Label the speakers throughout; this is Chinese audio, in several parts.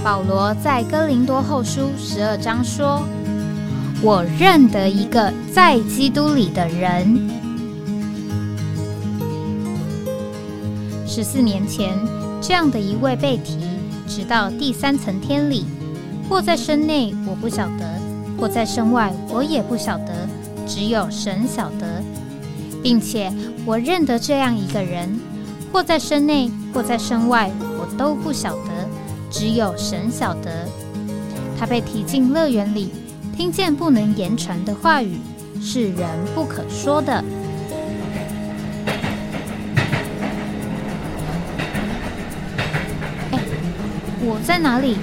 Speaker 1: 保罗在哥林多后书12章说：“我认得一个在基督里的人。”14年前，这样的一位被提，直到第3层天里，或在身内，我不晓得；或在身外，我也不晓得，只有神晓得。并且我认得这样一个人，或在身内，或在身外，我都不晓得，只有神晓得。他被提进乐园里，听见不能言传的话语，是人不可说的。我在哪里？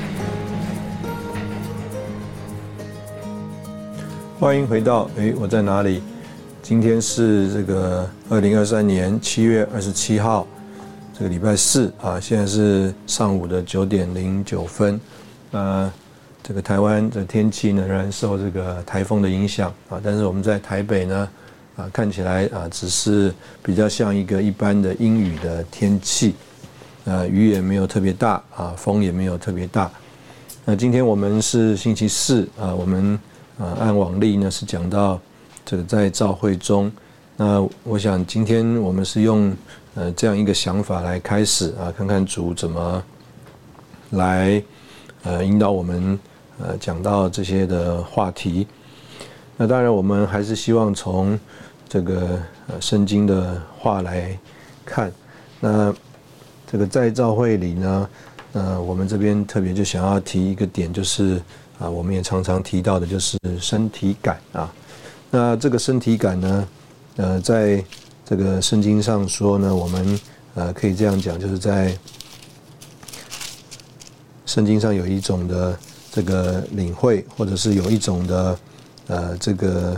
Speaker 2: 欢迎回到我在哪里？今天是这个2023年7月27号，这个礼拜四啊，现在是上午的9点09分。这个台湾的天气呢，仍然受这个台风的影响啊，但是我们在台北呢，看起来只是比较像一个一般的阴雨的天气，雨也没有特别大啊，风也没有特别大。那今天我们是星期四啊，我们按往例呢是讲到这个在教会中，那我想今天我们是用这样一个想法来开始啊，看看主怎么来引导我们讲到这些的话题。那当然我们还是希望从这个圣经的话来看。那这个在教会里呢，我们这边特别就想要提一个点，就是我们也常常提到的就是身体感啊。那这个身体感呢，在这个圣经上说呢，我们可以这样讲，就是在圣经上有一种的这个领会，或者是有一种的这个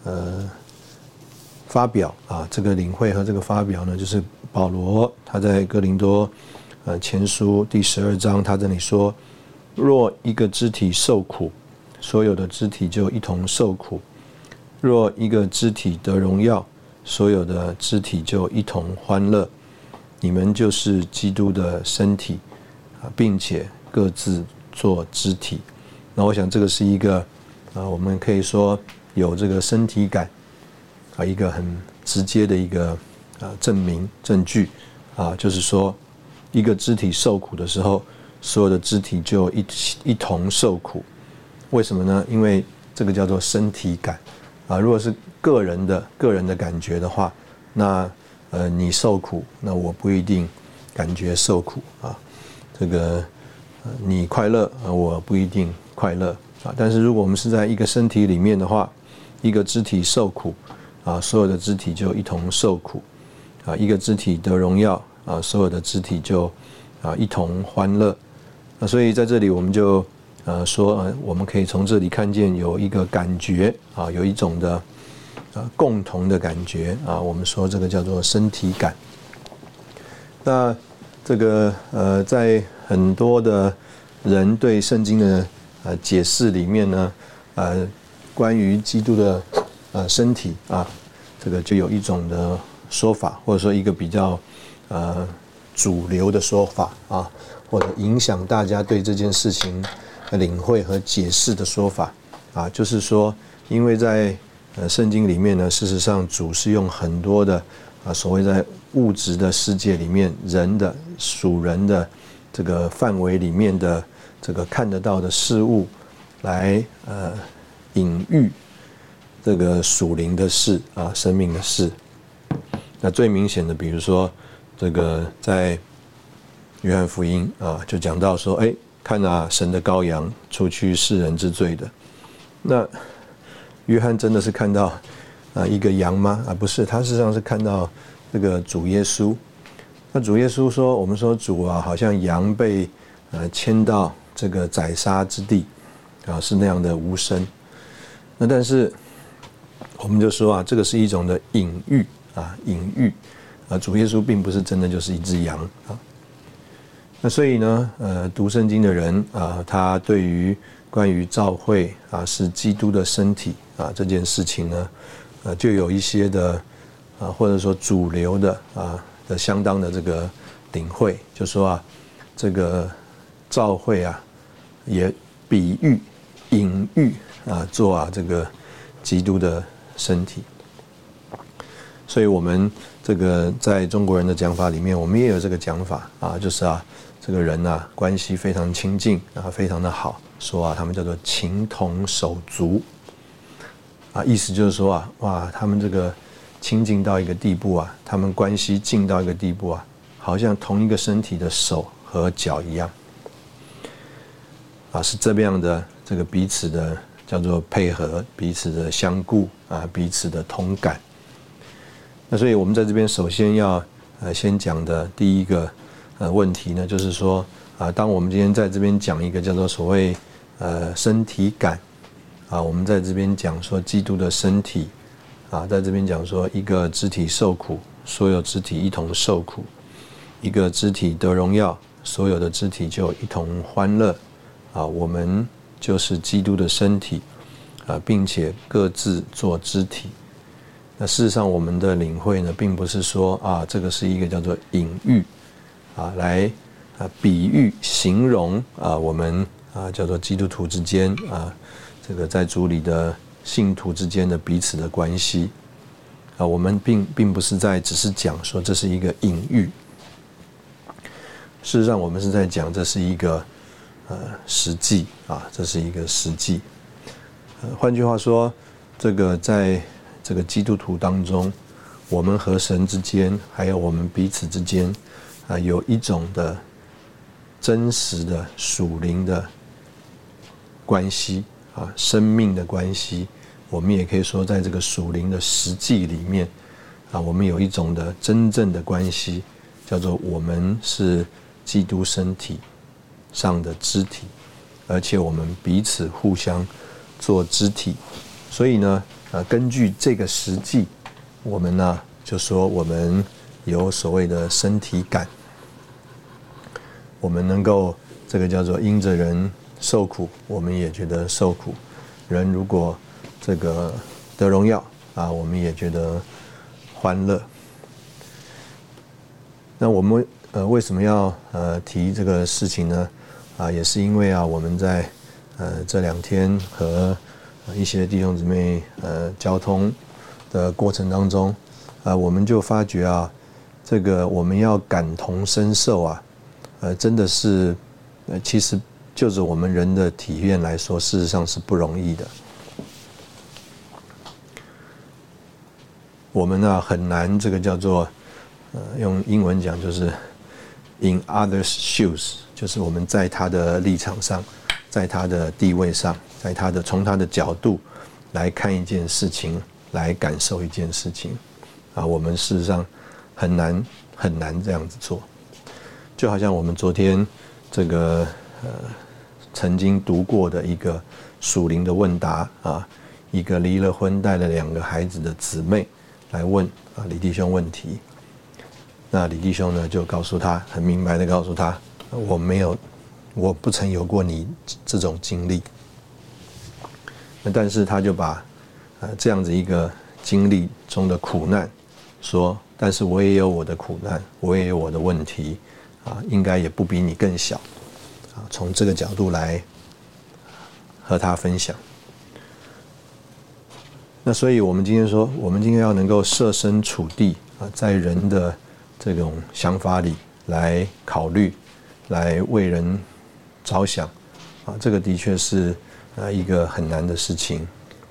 Speaker 2: 发表啊，这个领会和这个发表呢，就是保罗他在哥林多前书第12章，他这里说：若一个肢体受苦，所有的肢体就一同受苦；若一个肢体得荣耀，所有的肢体就一同欢乐。你们就是基督的身体，并且各自做肢体。那我想这个是一个我们可以说有这个身体感一个很直接的一个证明证据就是说一个肢体受苦的时候，所有的肢体就一同受苦。为什么呢？因为这个叫做身体感如果是个人的感觉的话，那你受苦，那我不一定感觉受苦这个你快乐我不一定快乐但是如果我们是在一个身体里面的话，一个肢体受苦所有的肢体就一同受苦一个肢体得荣耀所有的肢体就一同欢乐所以在这里我们就说我们可以从这里看见有一个感觉有一种的共同的感觉我们说这个叫做身体感。那这个在很多的人对圣经的解释里面呢关于基督的身体这个就有一种的说法，或者说一个比较主流的说法或者影响大家对这件事情领会和解释的说法就是说，因为在圣经里面呢，事实上主是用很多的所谓在物质的世界里面属人的这个范围里面的这个看得到的事物来隐喻这个属灵的事生命的事。那最明显的，比如说这个在约翰福音就讲到说，看神的羔羊，除去世人之罪的。那约翰真的是看到一个羊吗？不是，他事实上是看到这个主耶稣。那主耶稣说，我们说主好像羊被牵到这个宰杀之地是那样的无声。那但是我们就说这个是一种的隐喻隐喻主耶稣并不是真的就是一只羊那所以呢读圣经的人他对于关于教会是基督的身体这件事情呢就有一些的或者说主流的相当的这个领会，就说这个教会也比喻、隐喻做这个基督的身体。所以我们这个在中国人的讲法里面，我们也有这个讲法就是这个人关系非常亲近非常的好，说他们叫做情同手足意思就是说哇，他们这个亲近到一个地步他们关系近到一个地步好像同一个身体的手和脚一样是这样的这个彼此的叫做配合，彼此的相顾彼此的同感。那所以我们在这边首先要先讲的第一个问题呢，就是说当我们今天在这边讲一个叫做所谓身体感我们在这边讲说基督的身体在这边讲说一个肢体受苦，所有肢体一同受苦；一个肢体得荣耀，所有的肢体就一同欢乐我们就是基督的身体并且各自做肢体。那事实上我们的领会呢，并不是说这个是一个叫做隐喻来比喻形容我们叫做基督徒之间这个在主里的信徒之间的彼此的关系我们并不是只是讲说这是一个隐喻，事实上我们是在讲这是一个实际这是一个实际。换句话说，这个在这个基督徒当中，我们和神之间，还有我们彼此之间有一种的真实的属灵的关系生命的关系。我们也可以说在这个属灵的实际里面我们有一种的真正的关系，叫做我们是基督身体上的肢体，而且我们彼此互相做肢体。所以呢根据这个实际，我们呢就说我们有所谓的身体感，我们能够这个叫做因着人受苦，我们也觉得受苦；人如果这个得荣耀我们也觉得欢乐。那我们为什么要提这个事情呢？也是因为我们在这2天和一些弟兄姊妹交通的过程当中我们就发觉这个我们要感同身受真的是其实就是我们人的体验来说，事实上是不容易的。我们很难这个叫做用英文讲就是 in others shoes， 就是我们在他的立场上，在他的地位上，在他的从他的角度来看一件事情，来感受一件事情我们事实上很难这样子做。就好像我们昨天这个曾经读过的一个属灵的问答一个离了婚带了2个孩子的姊妹来问李弟兄问题。那李弟兄呢就告诉他，很明白的告诉他，我不曾有过你这种经历。但是他就把这样子一个经历中的苦难说，但是我也有我的苦难，我也有我的问题应该也不比你更小从这个角度来和他分享。那所以我们今天说，我们今天要能够设身处地在人的这种想法里来考虑，来为人着想这个的确是一个很难的事情。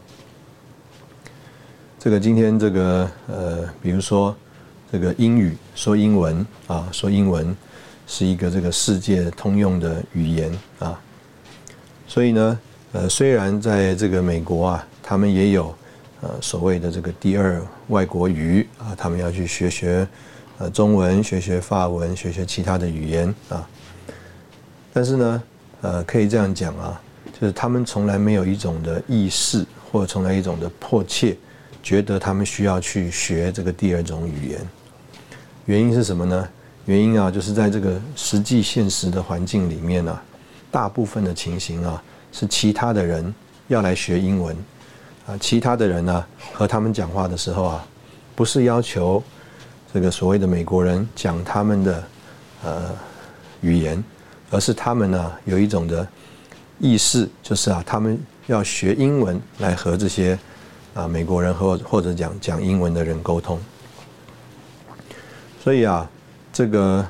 Speaker 2: 这个今天这个比如说这个英语说英文说英文是一个这个世界通用的语言所以呢虽然在这个美国他们也有所谓的这个第2外国语他们要去学中文，学法文，学其他的语言但是呢可以这样讲就是他们从来没有一种的意识，或者从来一种的迫切觉得他们需要去学这个第2种语言。原因是什么呢？原因就是在这个实际现实的环境里面大部分的情形是其他的人要来学英文其他的人和他们讲话的时候不是要求这个所谓的美国人讲他们的语言，而是他们有一种的意识就是他们要学英文来和这些美国人或者讲英文的人沟通。所以这个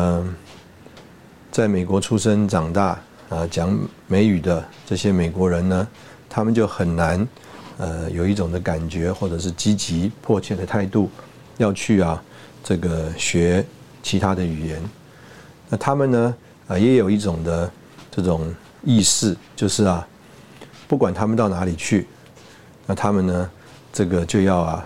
Speaker 2: 在美国出生长大讲美语的这些美国人呢，他们就很难有一种的感觉，或者是积极迫切的态度，要去这个学其他的语言。那他们呢也有一种的这种意识，就是不管他们到哪里去，那他们呢这个就要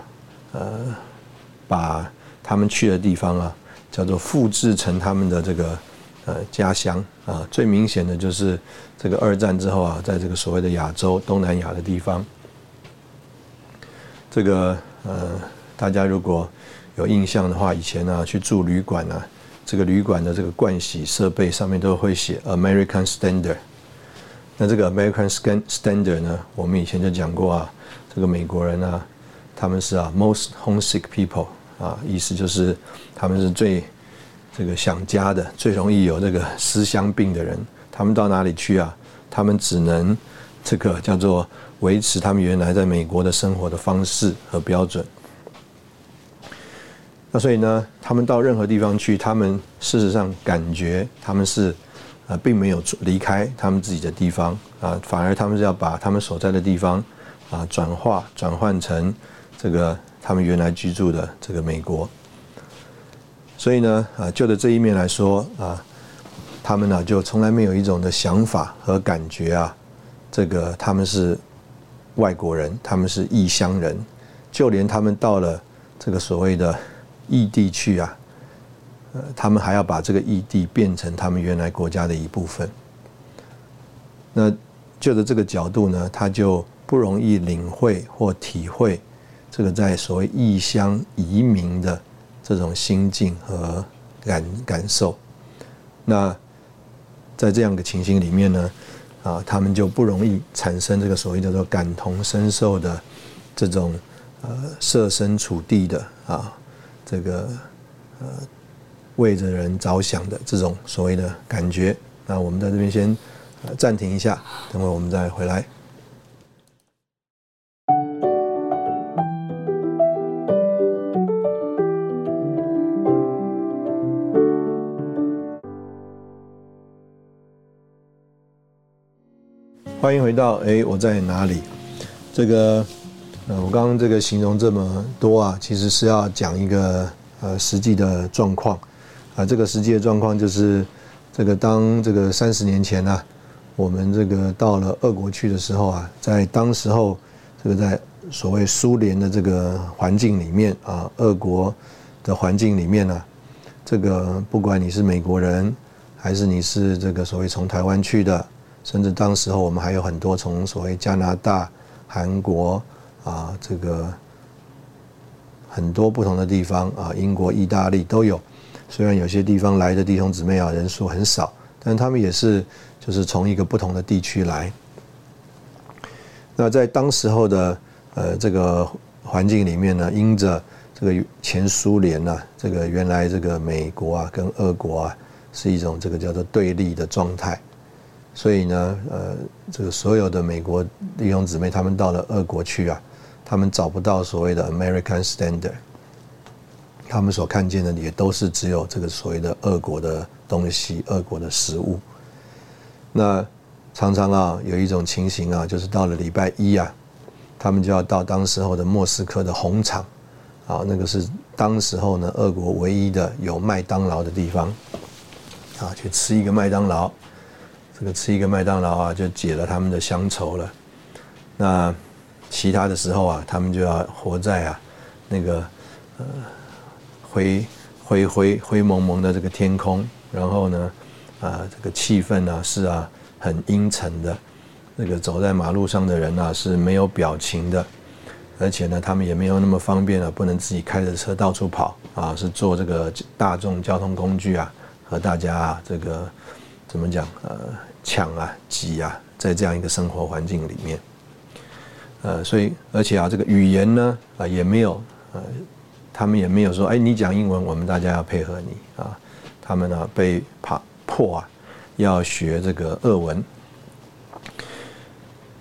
Speaker 2: 把他们去的地方叫做复制成他们的这个家乡最明显的就是这个2战之后在这个所谓的亚洲东南亚的地方，这个大家如果有印象的话，以前去住旅馆这个旅馆的这个盥洗设备上面都会写 American Standard。那这个 American Standard 呢，我们以前就讲过这个美国人他们是most homesick people 意思就是他们是最这个想家的，最容易有这个思乡病的人。他们到哪里去他们只能这个叫做维持他们原来在美国的生活的方式和标准。那所以呢，他们到任何地方去，他们事实上感觉他们是并没有离开他们自己的地方反而他们是要把他们所在的地方转换成这个他们原来居住的这个美国。所以呢就着这一面来说他们就从来没有一种的想法和感觉这个他们是外国人，他们是异乡人。就连他们到了这个所谓的异地去他们还要把这个异地变成他们原来国家的一部分。那就着这个角度呢，他就不容易领会或体会这个在所谓异乡移民的这种心境和感受。那在这样的情形里面呢他们就不容易产生这个所谓叫做感同身受的这种设身处地的这个为着人着想的这种所谓的感觉。那我们在这边先暂停一下，等会我们再回来。欢迎回到我在哪里？这个我刚刚这个形容这么多其实是要讲一个实际的状况这个实际的状况就是这个当这个30年前我们这个到了俄国去的时候在当时候这个在所谓苏联的这个环境里面俄国的环境里面这个不管你是美国人，还是你是这个所谓从台湾去的，甚至当时候我们还有很多从所谓加拿大、韩国这个很多不同的地方英国、意大利都有。虽然有些地方来的弟兄姊妹人数很少，但他们也是就是从一个不同的地区来。那在当时候的这个环境里面呢，因着这个前苏联这个原来这个美国跟俄国是一种这个叫做对立的状态，所以呢这个所有的美国弟兄姊妹他们到了俄国去他们找不到所谓的 American Standard， 他们所看见的也都是只有这个所谓的俄国的东西、俄国的食物。那常常有一种情形就是到了礼拜一他们就要到当时候的莫斯科的红场那个是当时候呢俄国唯一的有麦当劳的地方去吃一个麦当劳。这个吃一个麦当劳就解了他们的乡愁了。那其他的时候他们就要活在那个灰蒙蒙的这个天空，然后呢这个气氛是很阴沉的。那个走在马路上的人是没有表情的，而且呢他们也没有那么方便不能自己开着车到处跑是坐这个大众交通工具和大家这个怎么讲抢挤在这样一个生活环境里面。所以而且这个语言呢也没有他们也没有说你讲英文我们大家要配合你他们被迫要学这个俄文。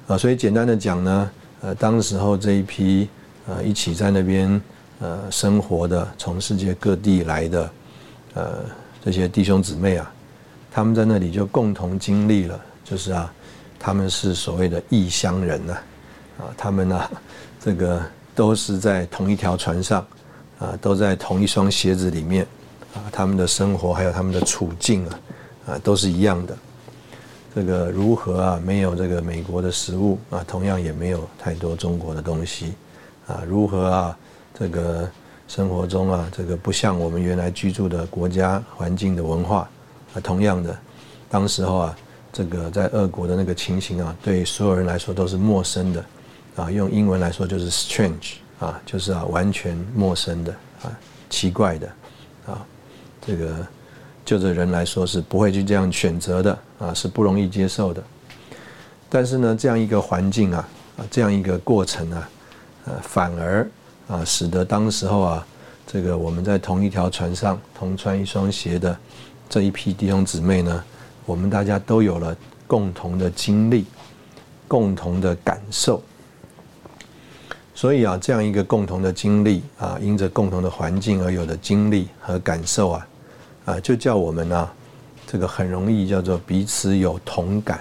Speaker 2: 所以简单的讲呢，当时候这一批一起在那边生活的，从世界各地来的这些弟兄姊妹啊，他们在那里就共同经历了，就是啊，他们是所谓的异乡人呐，他们呢这个都是在同一条船上，都在同一双鞋子里面，他们的生活还有他们的处境都是一样的。这个如何没有这个美国的食物同样也没有太多中国的东西如何这个生活中这个不像我们原来居住的国家环境的文化同样的，当时候这个在俄国的那个情形对所有人来说都是陌生的用英文来说就是 strange 就是完全陌生的奇怪的这个就着人来说是不会去这样选择的是不容易接受的。但是呢，这样一个环境这样一个过程反而使得当时候这个我们在同一条船上同穿一双鞋的这一批弟兄姊妹呢，我们大家都有了共同的经历，共同的感受。所以这样一个共同的经历因着共同的环境而有的经历和感受就叫我们这个很容易叫做彼此有同感。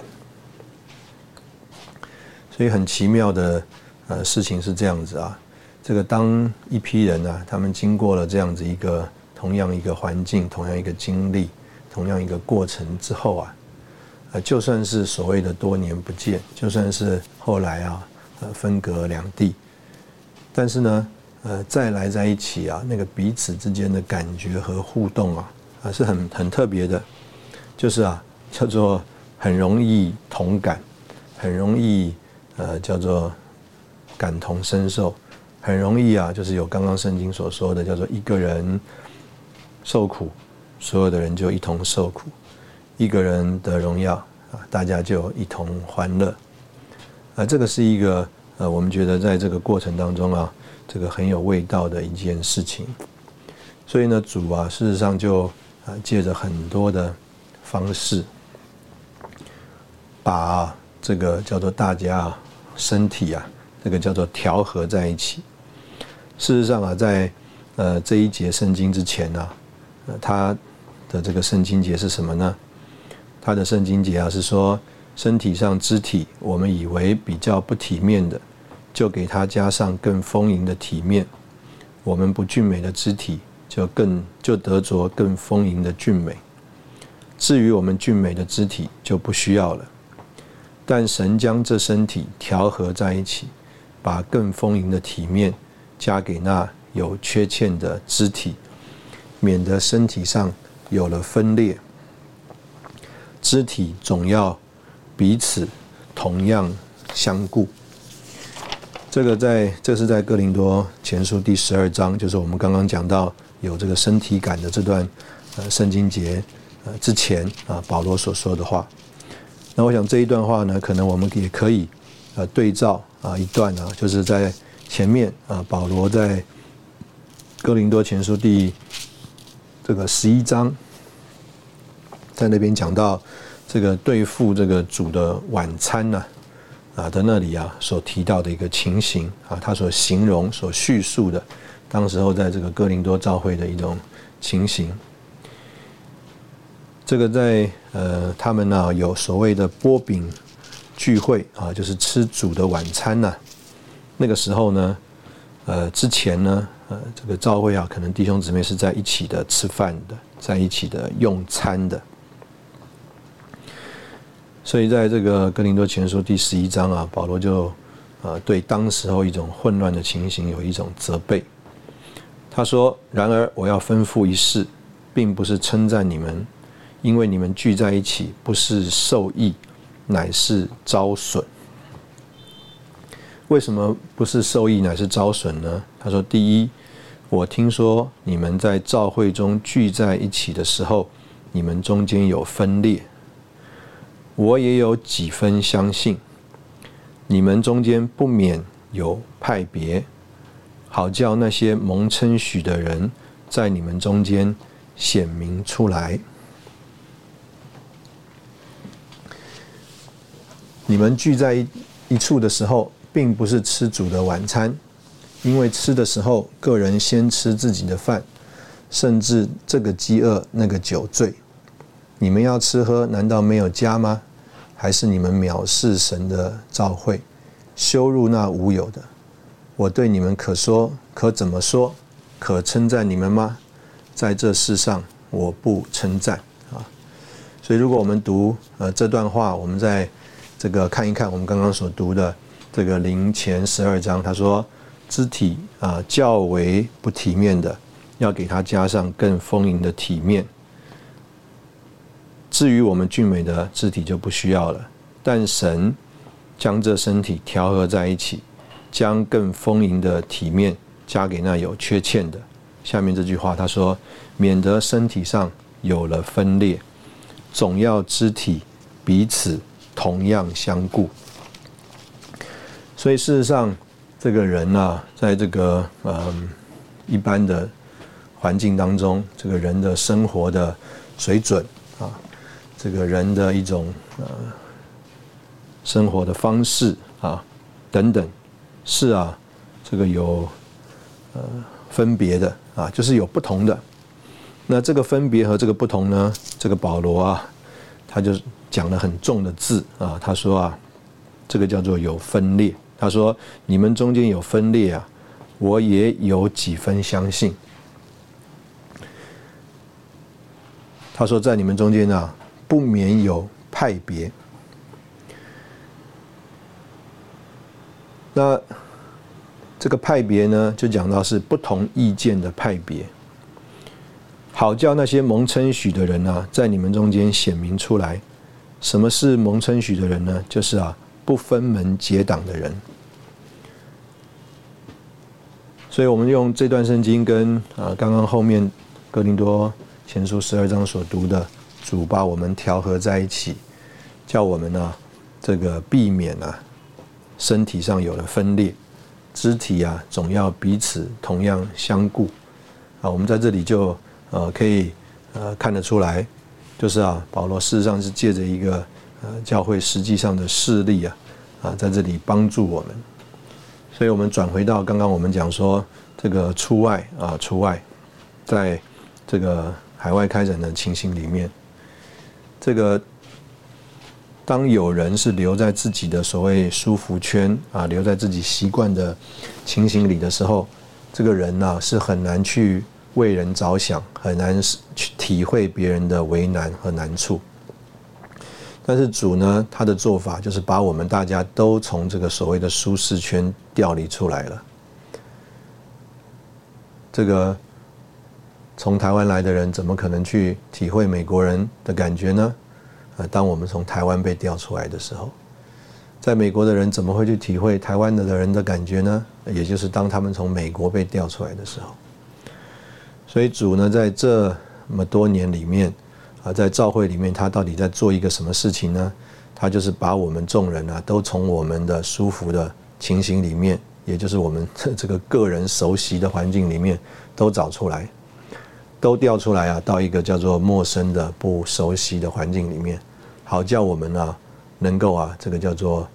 Speaker 2: 所以很奇妙的事情是这样子这个当一批人他们经过了这样子一个同样一个环境，同样一个经历，同样一个过程之后就算是所谓的多年不见，就算是后来分隔两地，但是呢再来在一起那个彼此之间的感觉和互动是很特别的，就是叫做很容易同感，很容易叫做感同身受，很容易就是有刚刚圣经所说的叫做一个人受苦，所有的人就一同受苦；一个人得荣耀大家就一同欢乐。这个是一个我们觉得在这个过程当中这个很有味道的一件事情。所以呢，主事实上就借着很多的方式，把这个叫做大家身体这个叫做调和在一起。事实上在这一节圣经之前他的这个圣经节是什么呢？他的圣经节是说，身体上肢体我们以为比较不体面的，就给它加上更丰盈的体面；我们不俊美的肢体就得着更丰盈的俊美。至于我们俊美的肢体就不需要了，但神将这身体调和在一起，把更丰盈的体面加给那有缺欠的肢体，免得身体上有了分裂。肢体总要彼此同样相顾。这是在哥林多前书第12章，就是我们刚刚讲到有这个身体感的这段圣经节之前保罗所说的话。那我想这一段话呢，可能我们也可以对照一段就是在前面保罗在哥林多前书第这个11章，在那边讲到这个对付这个主的晚餐的那里所提到的一个情形他所形容所叙述的当时候在这个哥林多教会的一种情形。这个在他们有所谓的擘饼聚会就是吃主的晚餐那个时候呢之前呢这个教会可能弟兄姊妹是在一起的吃饭的，在一起的用餐的。所以在这个哥林多前书第11章保罗就对当时候一种混乱的情形有一种责备。他说，然而我要吩咐一事，并不是称赞你们，因为你们聚在一起不是受益，乃是遭损。为什么不是受益乃是遭损呢？他说，第一，我听说你们在教会中聚在一起的时候，你们中间有分裂，我也有几分相信，你们中间不免有派别，好叫那些蒙称许的人在你们中间显明出来。你们聚在一一处的时候，并不是吃主的晚餐，因为吃的时候，个人先吃自己的饭，甚至这个饥饿，那个酒醉。你们要吃喝，难道没有家吗？还是你们藐视神的召会，羞辱那无有的？我对你们可怎么说？可称赞你们吗？在这世上，我不称赞啊。所以，如果我们读这段话，我们在这个看一看我们刚刚所读的这个林前12章，他说肢体较为不体面的，要给他加上更丰盈的体面。至于我们俊美的肢体就不需要了，但神将这身体调和在一起，将更丰盈的体面加给那有缺欠的。下面这句话他说，免得身体上有了分裂，总要肢体彼此同样相顾。所以事实上这个人在这个一般的环境当中，这个人的生活的水准这个人的一种生活的方式等等，是这个有分别的就是有不同的。那这个分别和这个不同呢，这个保罗他就讲了很重的字他说这个叫做有分裂。他说你们中间有分裂我也有几分相信。他说在你们中间不免有派别。那这个派别呢，就讲到是不同意见的派别，好叫那些蒙称许的人在你们中间显明出来。什么是蒙称许的人呢？就是不分门结党的人。所以我们用这段圣经跟刚刚后面哥林多前书12章所读的，主把我们调和在一起，叫我们这个避免身体上有了分裂，肢体总要彼此同样相顾我们在这里就可以看得出来，就是保罗事实上是借着一个教会实际上的事例在这里帮助我们。所以我们转回到刚刚我们讲说这个出外在这个海外开展的情形里面，这个当有人是留在自己的所谓舒服圈留在自己习惯的情形里的时候，这个人是很难去为人着想，很难去体会别人的为难和难处。但是主呢，他的做法就是把我们大家都从这个所谓的舒适圈调离出来了。这个从台湾来的人怎么可能去体会美国人的感觉呢？当我们从台湾被调出来的时候，在美国的人怎么会去体会台湾的人的感觉呢？也就是当他们从美国被调出来的时候。所以主呢，在这么多年里面在教会里面，他到底在做一个什么事情呢？他就是把我们众人都从我们的舒服的情形里面，也就是我们这个个人熟悉的环境里面，都找出来，都调出来到一个叫做陌生的不熟悉的环境里面，好叫我们能够这个叫做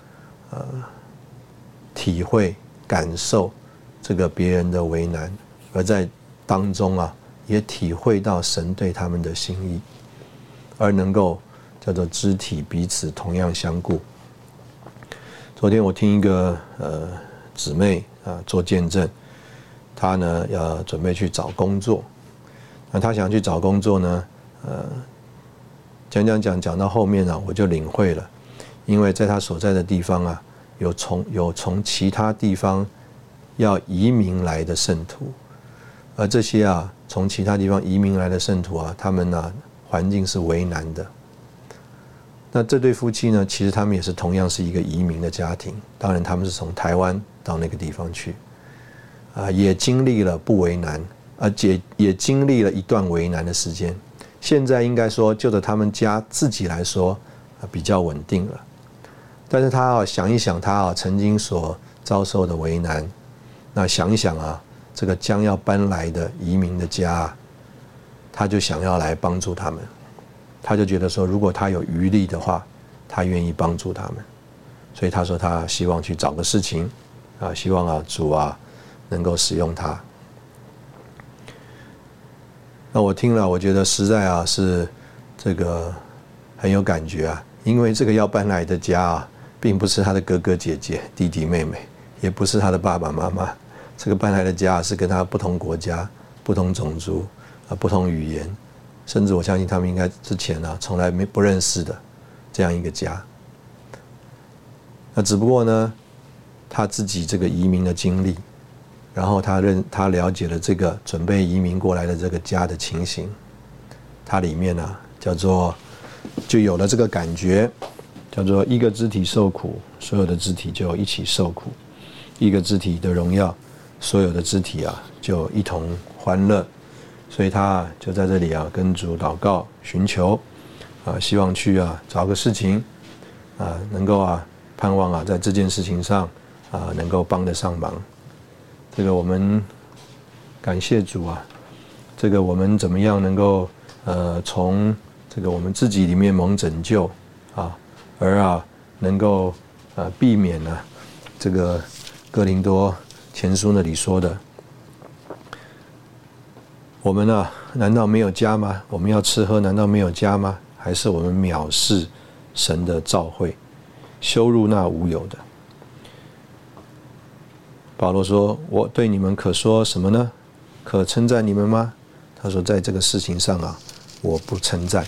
Speaker 2: 体会感受这个别人的为难，而在当中也体会到神对他们的心意，而能够叫做肢体彼此同样相顾。昨天我听一个姊妹做见证，她呢要准备去找工作，那她想去找工作呢，讲到后面我就领会了，因为在她所在的地方有从其他地方要移民来的圣徒，而这些从其他地方移民来的圣徒他们环境是为难的。那这对夫妻呢，其实他们也是同样是一个移民的家庭，当然他们是从台湾到那个地方去也经历了不为难，而且也经历了一段为难的时间。现在应该说就着他们家自己来说比较稳定了，但是他想一想他曾经所遭受的为难，那想一想这个将要搬来的移民的家他就想要来帮助他们，他就觉得说如果他有余力的话，他愿意帮助他们。 所以他说他希望去找个事情啊，希望啊主啊能够使用他。那我听了，我觉得实在啊是这个很有感觉啊，因为这个要搬来的家啊，并不是他的哥哥姐姐、弟弟妹妹，也不是他的爸爸妈妈，这个搬来的家是跟他不同国家、不同种族啊、不同语言，甚至我相信他们应该之前啊从来不认识的这样一个家。那只不过呢，他自己这个移民的经历。然后他了解了这个准备移民过来的这个家的情形，它里面啊就有了这个感觉，叫做一个肢体受苦，所有的肢体就一起受苦；一个肢体的荣耀，所有的肢体啊就一同欢乐。所以他就在这里啊跟主祷告寻求啊，希望去啊找个事情啊，能够啊盼望啊在这件事情上啊能够帮得上忙。这个我们感谢主啊，这个我们怎么样能够从这个我们自己里面蒙拯救啊，而啊能够避免呢这个哥林多前书那里说的，我们啊难道没有家吗？我们要吃喝难道没有家吗？还是我们藐视神的召会，羞辱那无有的？保罗说，我对你们可说什么呢？可称赞你们吗？他说在这个事情上啊我不称赞。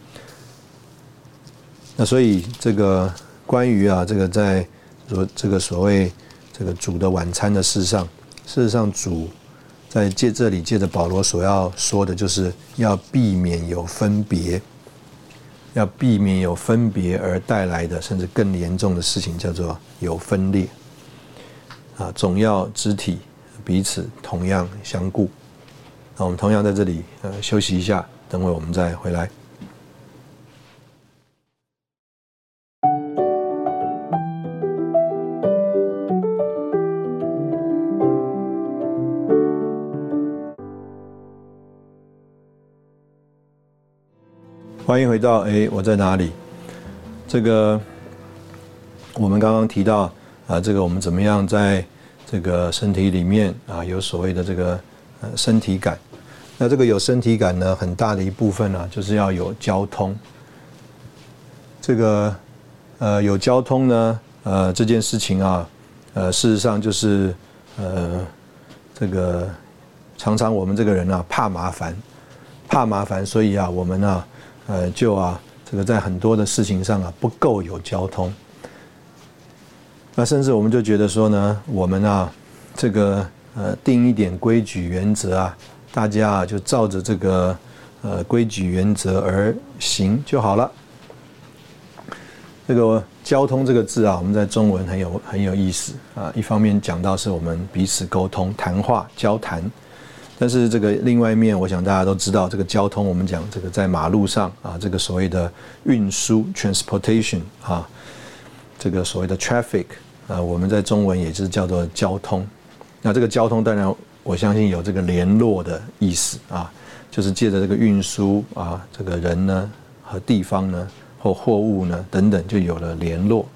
Speaker 2: 那所以这个关于啊这个在这个所谓这个主的晚餐的事上，事实上主在这里借着保罗所要说的，就是要避免有分别，要避免有分别而带来的甚至更严重的事情，叫做有分裂啊，总要肢体彼此同样相顾。那我们同样在这里休息一下，等会我们再回来。欢迎回到我在哪里？这个我们刚刚提到这个我们怎么样在这个身体里面有所谓的这个身体感。那这个有身体感呢，很大的一部分呢就是要有交通。这个有交通呢这件事情事实上就是这个常常我们这个人怕麻烦，所以我们就这个在很多的事情上不够有交通。那甚至我们就觉得说呢，我们这个定一点规矩原则大家就照着这个规矩原则而行就好了。这个交通这个字我们在中文很有意思一方面讲到是我们彼此沟通、谈话、交谈，但是这个另外一面，我想大家都知道，这个交通我们讲这个在马路上这个所谓的运输 transportation 这个所谓的 traffic 我们在中文也是叫做交通。那这个交通当然我相信有这个联络的意思就是借着这个运输这个人呢和地方呢或货物呢等等就有了联络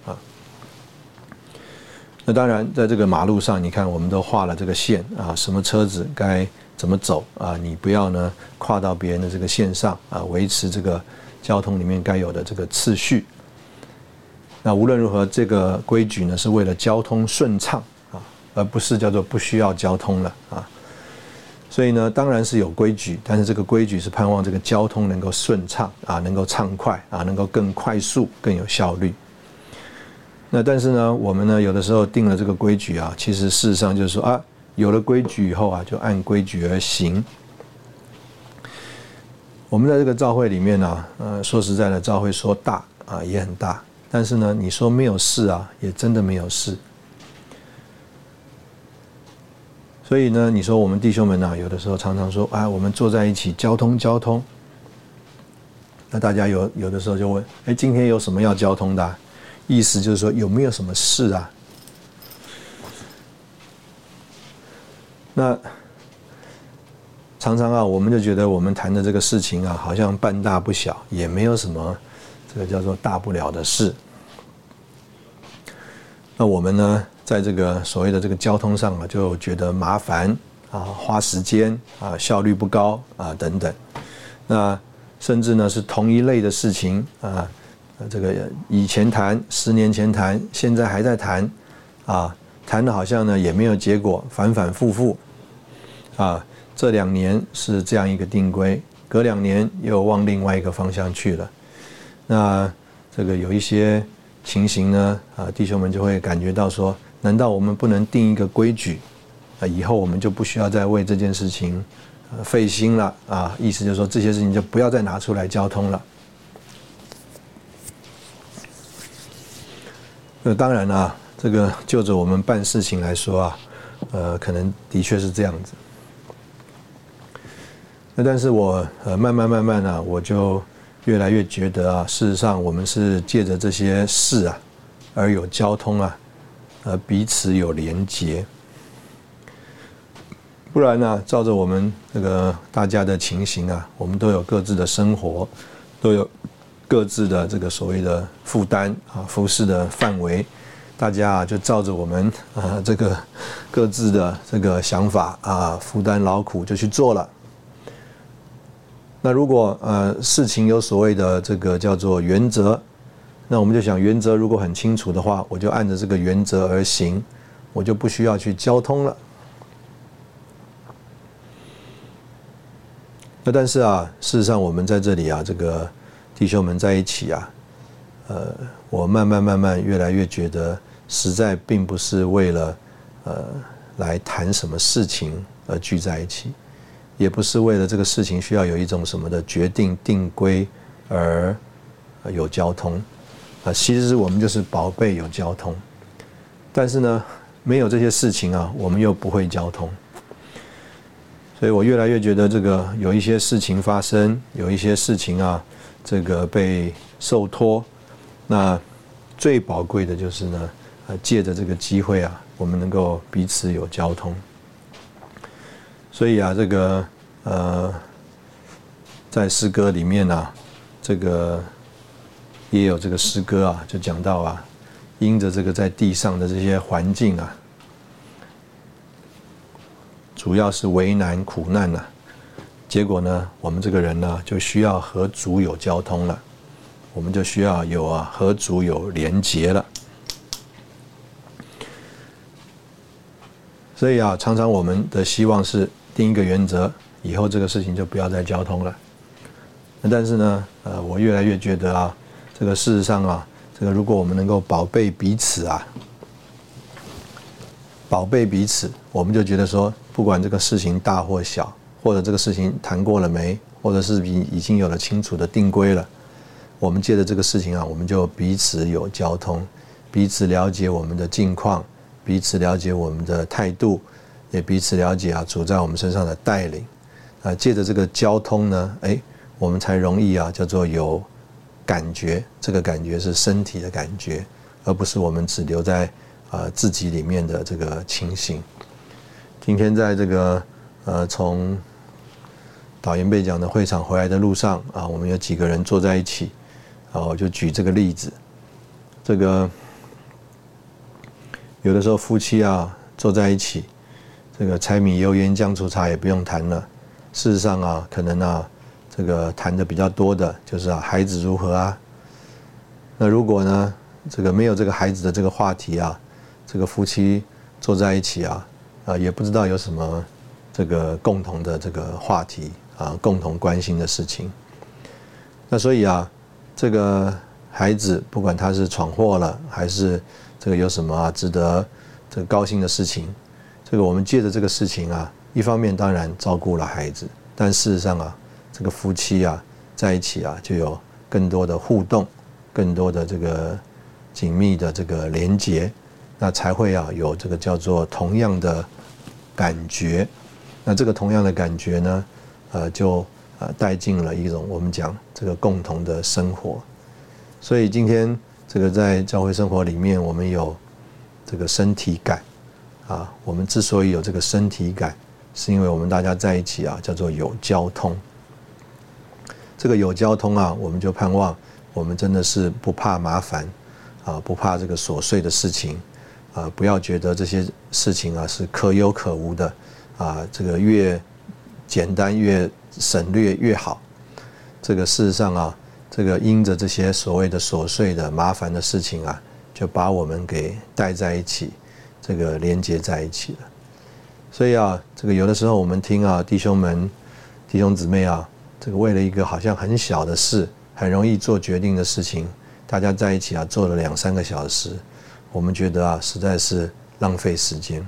Speaker 2: 那当然在这个马路上，你看我们都画了这个线什么车子该怎么走你不要呢跨到别人的这个线上维持这个交通里面该有的这个次序。那无论如何，这个规矩呢是为了交通顺畅而不是叫做不需要交通了所以呢，当然是有规矩，但是这个规矩是盼望这个交通能够顺畅能够畅快能够更快速、更有效率。那但是呢，我们呢有的时候定了这个规矩其实事实上就是说有了规矩以后就按规矩而行。我们在这个教会里面说实在的，教会说大也很大，但是呢，你说没有事也真的没有事。所以呢，你说我们弟兄们有的时候常常说我们坐在一起交通，那大家有的时候就问今天有什么要交通的意思就是说有没有什么事那常常我们就觉得我们谈的这个事情好像半大不小，也没有什么这个叫做大不了的事。 那我们呢，在这个所谓的这个交通上啊，就觉得麻烦啊，花时间啊，效率不高啊等等。那甚至呢是同一类的事情啊，这个以前谈，10年前谈，现在还在谈啊，谈的好像呢也没有结果，反反复复啊。这2年是这样一个定规，隔2年又往另外一个方向去了。那这个有一些情形呢，弟兄们就会感觉到说，难道我们不能定一个规矩，以后我们就不需要再为这件事情费心了啊？意思就是说，这些事情就不要再拿出来交通了。当然啊，这个就着我们办事情来说啊，可能的确是这样子。那但是我慢慢啊，我就越来越觉得啊，事实上我们是借着这些事啊，而有交通啊，彼此有连结。不然呢，照着我们这个大家的情形啊，我们都有各自的生活，都有各自的这个所谓的负担啊，服事的范围，大家啊就照着我们这个各自的这个想法啊，负担劳苦就去做了。那如果事情有所谓的这个叫做原则，那我们就想原则如果很清楚的话，我就按着这个原则而行，我就不需要去交通了。那但是啊，事实上我们在这里啊，这个弟兄们在一起啊，我慢慢越来越觉得，实在并不是为了来谈什么事情而聚在一起。也不是为了这个事情需要有一种什么的决定定规而有交通其实我们就是宝贝有交通，但是呢，没有这些事情啊，我们又不会交通。所以我越来越觉得，这个有一些事情发生，有一些事情啊，这个被受托，那最宝贵的就是呢，借着这个机会啊，我们能够彼此有交通。所以啊，这个在诗歌里面啊，这个也有这个诗歌啊，就讲到啊，因着这个在地上的这些环境啊，主要是为难苦难啊，结果呢，我们这个人呢，就需要和主有交通了，我们就需要有和主有连结了。所以啊，常常我们的希望是定一个原则，以后这个事情就不要再交通了。但是呢，我越来越觉得啊，这个事实上啊，这个如果我们能够宝贝彼此啊，宝贝彼此，我们就觉得说，不管这个事情大或小，或者这个事情谈过了没，或者是已经有了清楚的定规了，我们借着这个事情啊，我们就彼此有交通，彼此了解我们的境况，彼此了解我们的态度，也彼此了解啊主在我们身上的带领借着这个交通呢，我们才容易啊叫做有感觉，这个感觉是身体的感觉，而不是我们只留在自己里面的这个情形。今天在这个从导研贝讲的会场回来的路上啊，我们有几个人坐在一起我就举这个例子，这个有的时候夫妻啊坐在一起，这个柴米油盐酱醋茶也不用谈了。事实上啊，可能啊，这个谈的比较多的就是孩子如何啊。那如果呢，这个没有这个孩子的这个话题啊，这个夫妻坐在一起啊，也不知道有什么这个共同的这个话题共同关心的事情。那所以啊，这个孩子不管他是闯祸了，还是这个有什么值得这个高兴的事情，这个我们借着这个事情啊，一方面当然照顾了孩子，但事实上啊，这个夫妻啊在一起啊，就有更多的互动，更多的这个紧密的这个连结，那才会有这个叫做同样的感觉。那这个同样的感觉呢，就带进了一种我们讲这个共同的生活。所以今天这个在教会生活里面，我们有这个身体感我们之所以有这个身体感，是因为我们大家在一起叫做有交通。这个有交通我们就盼望我们真的是不怕麻烦不怕这个琐碎的事情不要觉得这些事情啊是可有可无的这个越简单越省略越好。这个事实上啊，这个因着这些所谓的琐碎的麻烦的事情啊，就把我们给带在一起，这个连接在一起了。所以啊，这个有的时候我们听啊，弟兄姊妹啊，这个为了一个好像很小的事，很容易做决定的事情，大家在一起啊做了2-3个小时，我们觉得啊实在是浪费时间。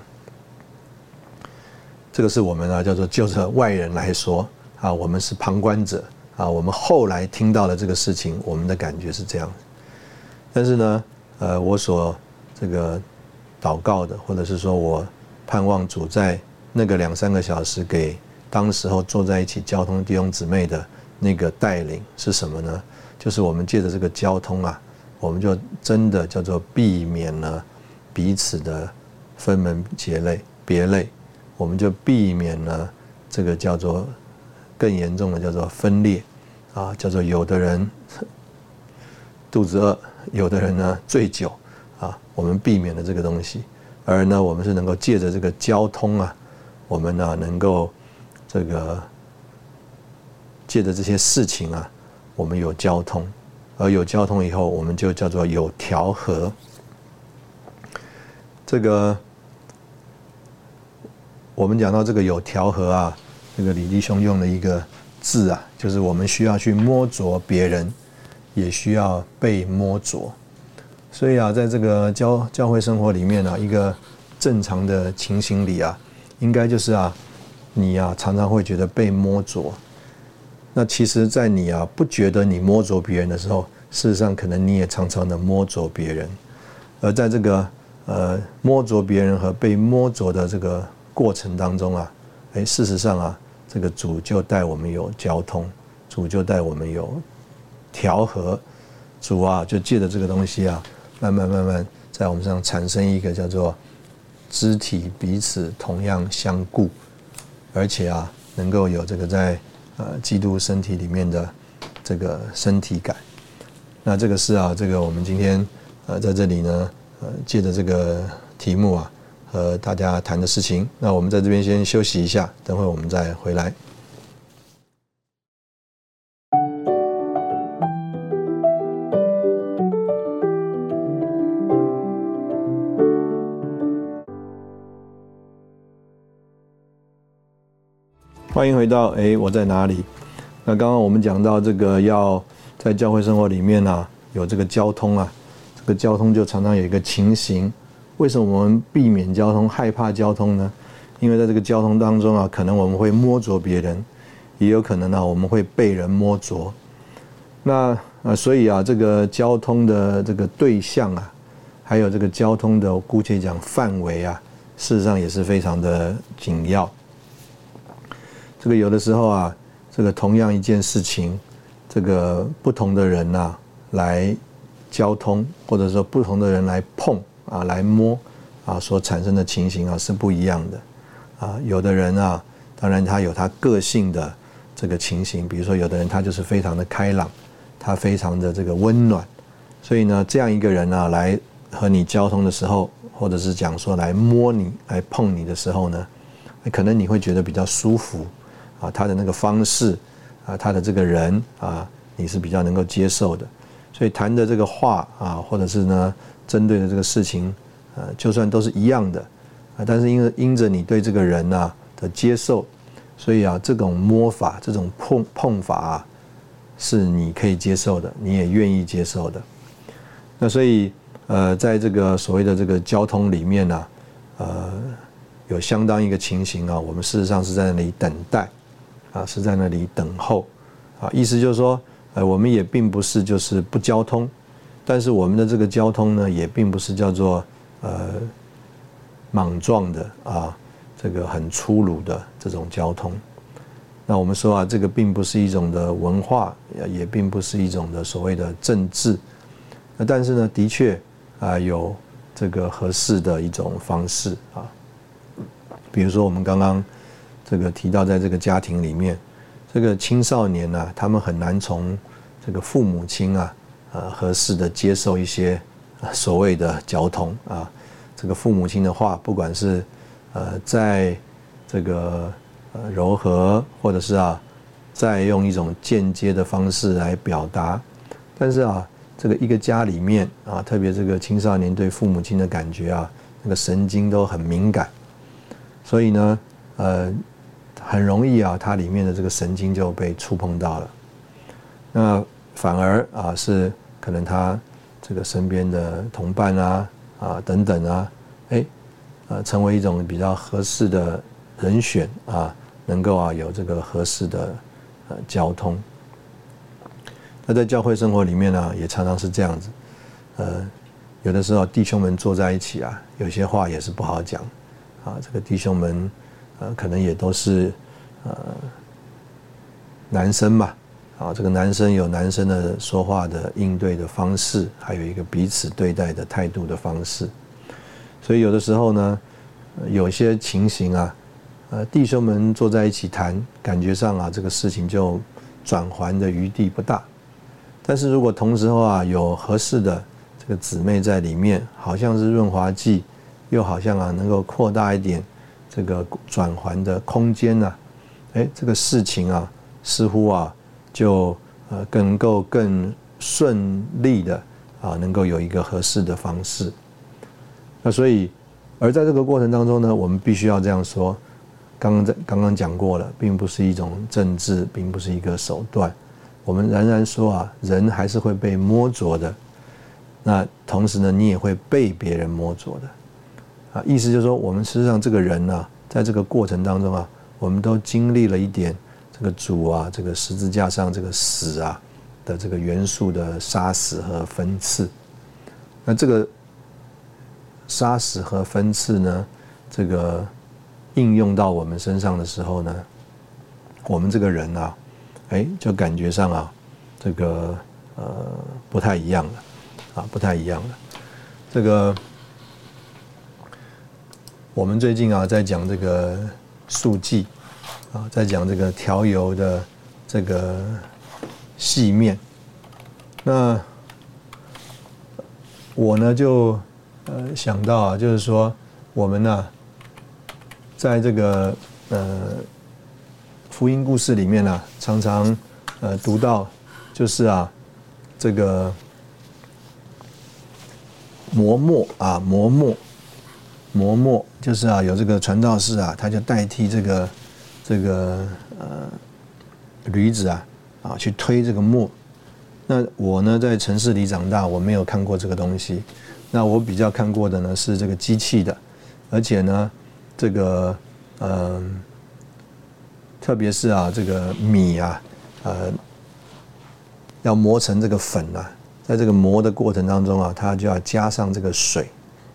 Speaker 2: 这个是我们啊叫做就着外人来说啊，我们是旁观者啊，我们后来听到了这个事情，我们的感觉是这样。但是呢，我所这个祷告的，或者是说我盼望主在那个2-3个小时给当时候坐在一起交通弟兄姊妹的那个带领是什么呢？就是我们借着这个交通啊，我们就真的叫做避免了彼此的分门别类，我们就避免了这个叫做更严重的叫做分裂啊，叫做有的人肚子饿，有的人呢醉酒啊，我们避免了这个东西。而呢，我们是能够借着这个交通啊，我们呢能够这个借着这些事情啊，我们有交通，而有交通以后，我们就叫做有调和。这个我们讲到这个有调和啊，这个李弟兄用了一个字啊，就是我们需要去摸着别人，也需要被摸着。所以啊，在这个教会生活里面啊，一个正常的情形里啊，应该就是啊，你啊常常会觉得被摸着。那其实，在你啊不觉得你摸着别人的时候，事实上可能你也常常的摸着别人。而在这个摸着别人和被摸着的这个过程当中啊，事实上啊，这个主就带我们有交通，主就带我们有调和，主啊就借着这个东西啊。慢慢在我们身上产生一个叫做肢体彼此同样相顾，而且啊能够有这个在基督身体里面的这个身体感。那这个是啊，这个我们今天在这里呢借着这个题目啊和大家谈的事情。那我们在这边先休息一下，等会我们再回来。欢迎回到我在哪里？那刚刚我们讲到这个要在教会生活里面啊有这个交通啊，这个交通就常常有一个情形。为什么我们避免交通、害怕交通呢？因为在这个交通当中啊，可能我们会摸着别人，也有可能我们会被人摸着。那所以啊，这个交通的这个对象啊，还有这个交通的姑且讲范围啊，事实上也是非常的紧要。这个有的时候啊，这个同样一件事情，这个不同的人啊来交通，或者说不同的人来碰啊、来摸啊，所产生的情形啊是不一样的啊。有的人啊，当然他有他个性的这个情形，比如说有的人他就是非常的开朗，他非常的这个温暖，所以呢，这样一个人啊来和你交通的时候，或者是讲说来摸你、来碰你的时候呢，可能你会觉得比较舒服。啊，他的那个方式啊，他的这个人啊，你是比较能够接受的。所以谈的这个话啊，或者是呢，针对的这个事情，就算都是一样的啊，但是因着你对这个人啊的接受，所以啊，这种摸法、这种碰法啊，是你可以接受的，你也愿意接受的。那所以在这个所谓的这个交通里面呢，有相当一个情形啊，我们事实上是在那里等待。啊，是在那里等候，啊，意思就是说，我们也并不是就是不交通，但是我们的这个交通呢，也并不是叫做莽撞的啊，这个很粗鲁的这种交通。那我们说啊，这个并不是一种的文化，也并不是一种的所谓的政治，但是呢，的确啊，有这个合适的一种方式啊，比如说我们刚刚。这个提到在这个家庭里面，这个青少年啊，他们很难从这个父母亲啊，合适的接受一些所谓的交通啊， 这个父母亲的话，不管是在这个柔和，或者是再用一种间接的方式来表达，但是这个一个家里面特别这个青少年对父母亲的感觉那个神经都很敏感，所以呢很容易它里面的这个神经就被触碰到了。那反而是可能他这个身边的同伴等等成为一种比较合适的人选能够有这个合适的交通。那在教会生活里面也常常是这样子，有的时候弟兄们坐在一起有些话也是不好讲这个弟兄们可能也都是男生嘛这个男生有男生的说话的应对的方式，还有一个彼此对待的态度的方式。所以有的时候呢，有些情形弟兄们坐在一起谈，感觉上这个事情就转圜的余地不大。但是如果同时有合适的这个姊妹在里面，好像是润滑剂，又好像能够扩大一点这个转圜的空间这个事情似乎就能够更顺利的能够有一个合适的方式。那所以而在这个过程当中呢，我们必须要这样说，刚刚讲过了，并不是一种政治，并不是一个手段，我们仍然说人还是会被摸着的，那同时呢，你也会被别人摸着的意思就是说，我们事实上这个人在这个过程当中我们都经历了一点这个主这个十字架上这个死的这个元素的杀死和分赐。那这个杀死和分赐呢，这个应用到我们身上的时候呢，我们这个人就感觉上这个不太一样了不太一样了。这个我们最近在讲这个素剂在讲这个调油的这个细面。那我呢就想到就是说我们在这个福音故事里面常常读到就是这个磨墨就是有这个传道士他就代替这个驴子去推这个磨。那我呢在城市里长大，我没有看过这个东西。那我比较看过的呢是这个机器的，而且呢这个特别是这个米要磨成这个粉在这个磨的过程当中它就要加上这个水。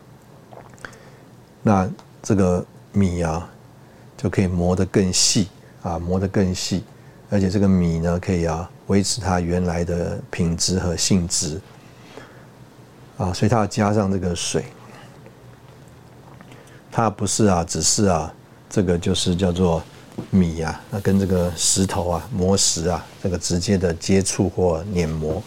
Speaker 2: 那这个米就可以磨得更细磨得更细，而且这个米呢可以维持它原来的品质和性质所以它要加上这个水。它不是只是这个就是叫做米那跟这个石头磨石这个直接的接触或碾磨。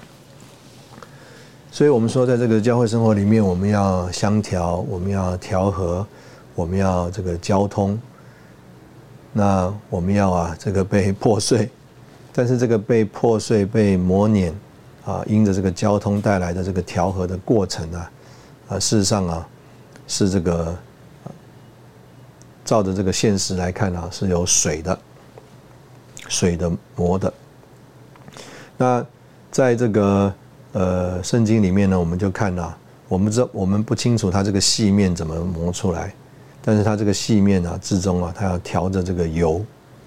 Speaker 2: 所以我们说在这个教会生活里面，我们要相调，我们要调和，我们要这个交通，那我们要这个被破碎。但是这个被破碎被磨碾因着这个交通带来的这个调和的过程事实上是这个照着这个现实来看是有水的磨的。那在这个圣经里面呢，我们就看我们不清楚它这个细面怎么磨出来，但是它这个细面之中它要调着这个油，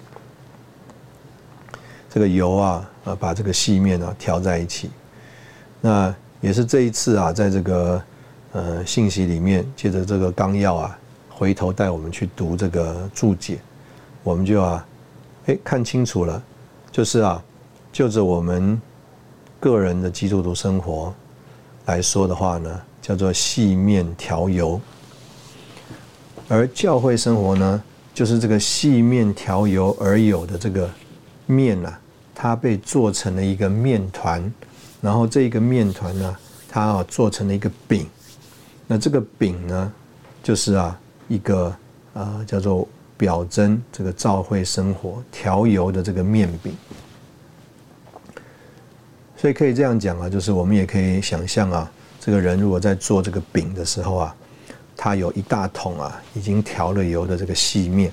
Speaker 2: 这个油把这个细面调在一起。那也是这一次在这个信息里面，借着这个纲要回头带我们去读这个注解，我们就看清楚了，就是就着我们个人的基督徒生活来说的话呢，叫做细面调油。而教会生活呢，就是这个细面调油而有的这个面它被做成了一个面团，然后这个面团呢，它做成了一个饼。 那这个饼呢，就是一个叫做表征这个教会生活调油的这个面饼。所以可以这样讲就是我们也可以想象这个人如果在做这个饼的时候他有一大桶已经调了油的这个细面。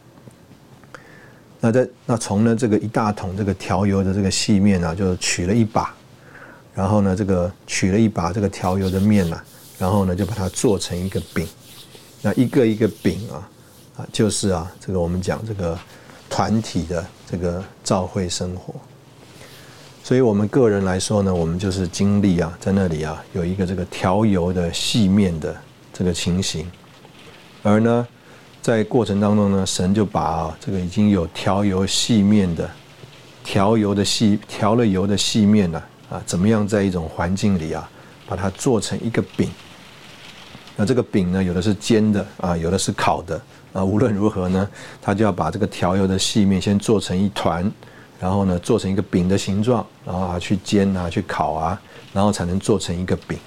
Speaker 2: 那从呢这个一大桶这个调油的这个细面就取了一把，然后呢这个取了一把这个调油的面然后呢就把它做成一个饼。那一个一个饼就是这个我们讲这个团体的这个教会生活。所以我们个人来说呢，我们就是经历在那里有一个这个调油的细面的这个情形，而呢在过程当中呢，神就把这个已经有调油细面的调了油的细面怎么样在一种环境里把它做成一个饼。那这个饼呢，有的是煎的有的是烤的无论如何呢，他就要把这个调油的细面先做成一团，然后呢做成一个饼的形状，然后去煎去烤然后才能做成一个饼。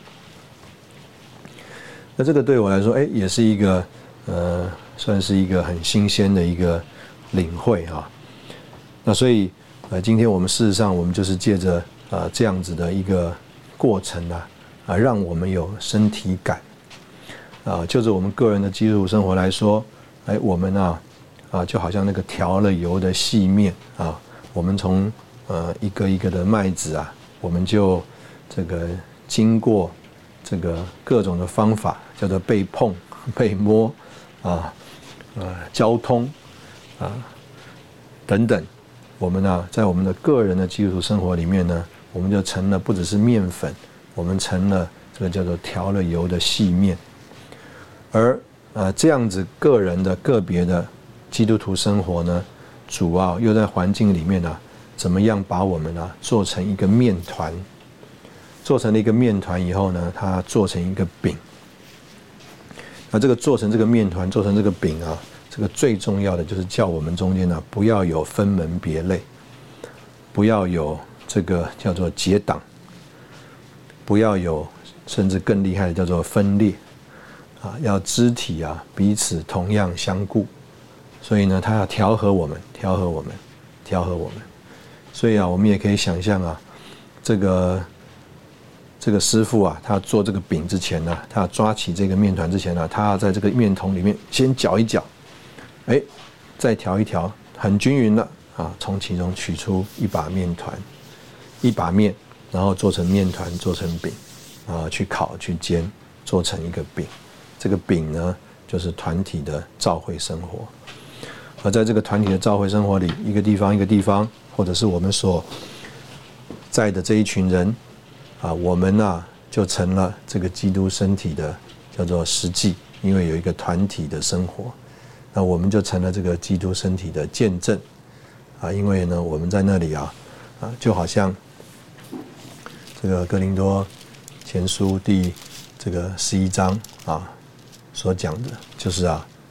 Speaker 2: 那这个对我来说也是一个算是一个很新鲜的一个领会那所以今天我们事实上我们就是借着这样子的一个过程让我们有身体感就着我们个人的基督徒生活来说我们就好像那个调了油的细面我们从一个一个的麦子我们就这个经过这个各种的方法，叫做被碰、被摸交通等等，我们在我们的个人的基督徒生活里面呢，我们就成了不只是面粉，我们成了这个叫做调了油的细面。而这样子个人的个别的基督徒生活呢，主要又在环境里面怎么样把我们做成一个面团，做成了一个面团以后呢，它做成一个饼。那这个做成这个面团，做成这个饼这个最重要的就是叫我们中间不要有分门别类，不要有这个叫做结党，不要有甚至更厉害的叫做分裂要肢体彼此同样相顾。所以呢，他要调和我们。所以我们也可以想象这个师傅他做这个饼之前他要抓起这个面团之前他要在这个面桶里面先搅一搅，再调一调，很均匀了从其中取出一把面团，一把面，然后做成面团，做成饼去烤去煎，做成一个饼。这个饼呢，就是团体的教会生活。而在这个团体的教会生活里，一个地方一个地方，或者是我们所在的这一群人我们就成了这个基督身体的叫做实际，因为有一个团体的生活，那我们就成了这个基督身体的见证因为呢，我们在那里就好像这个哥林多前书第这个11章所讲的，就是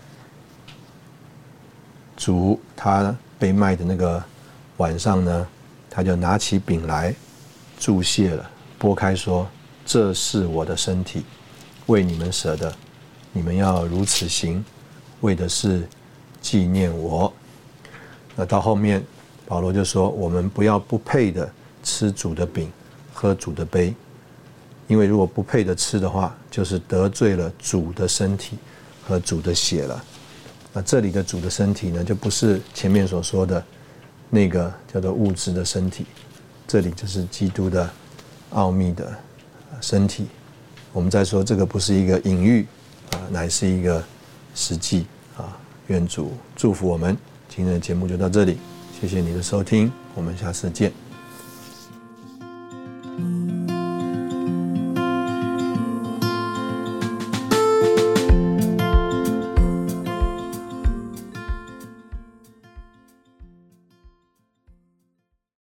Speaker 2: 主他被卖的那个晚上呢，他就拿起饼来祝谢了，拨开说：“这是我的身体，为你们舍的，你们要如此行，为的是纪念我。”那到后面保罗就说：“我们不要不配的吃主的饼，喝主的杯，因为如果不配的吃的话，就是得罪了主的身体和主的血了。”那这里的主的身体呢，就不是前面所说的那个叫做物质的身体，这里就是基督的奥秘的身体。我们再说，这个不是一个隐喻乃是一个实际愿主祝福我们。今天的节目就到这里，谢谢你的收听，我们下次见。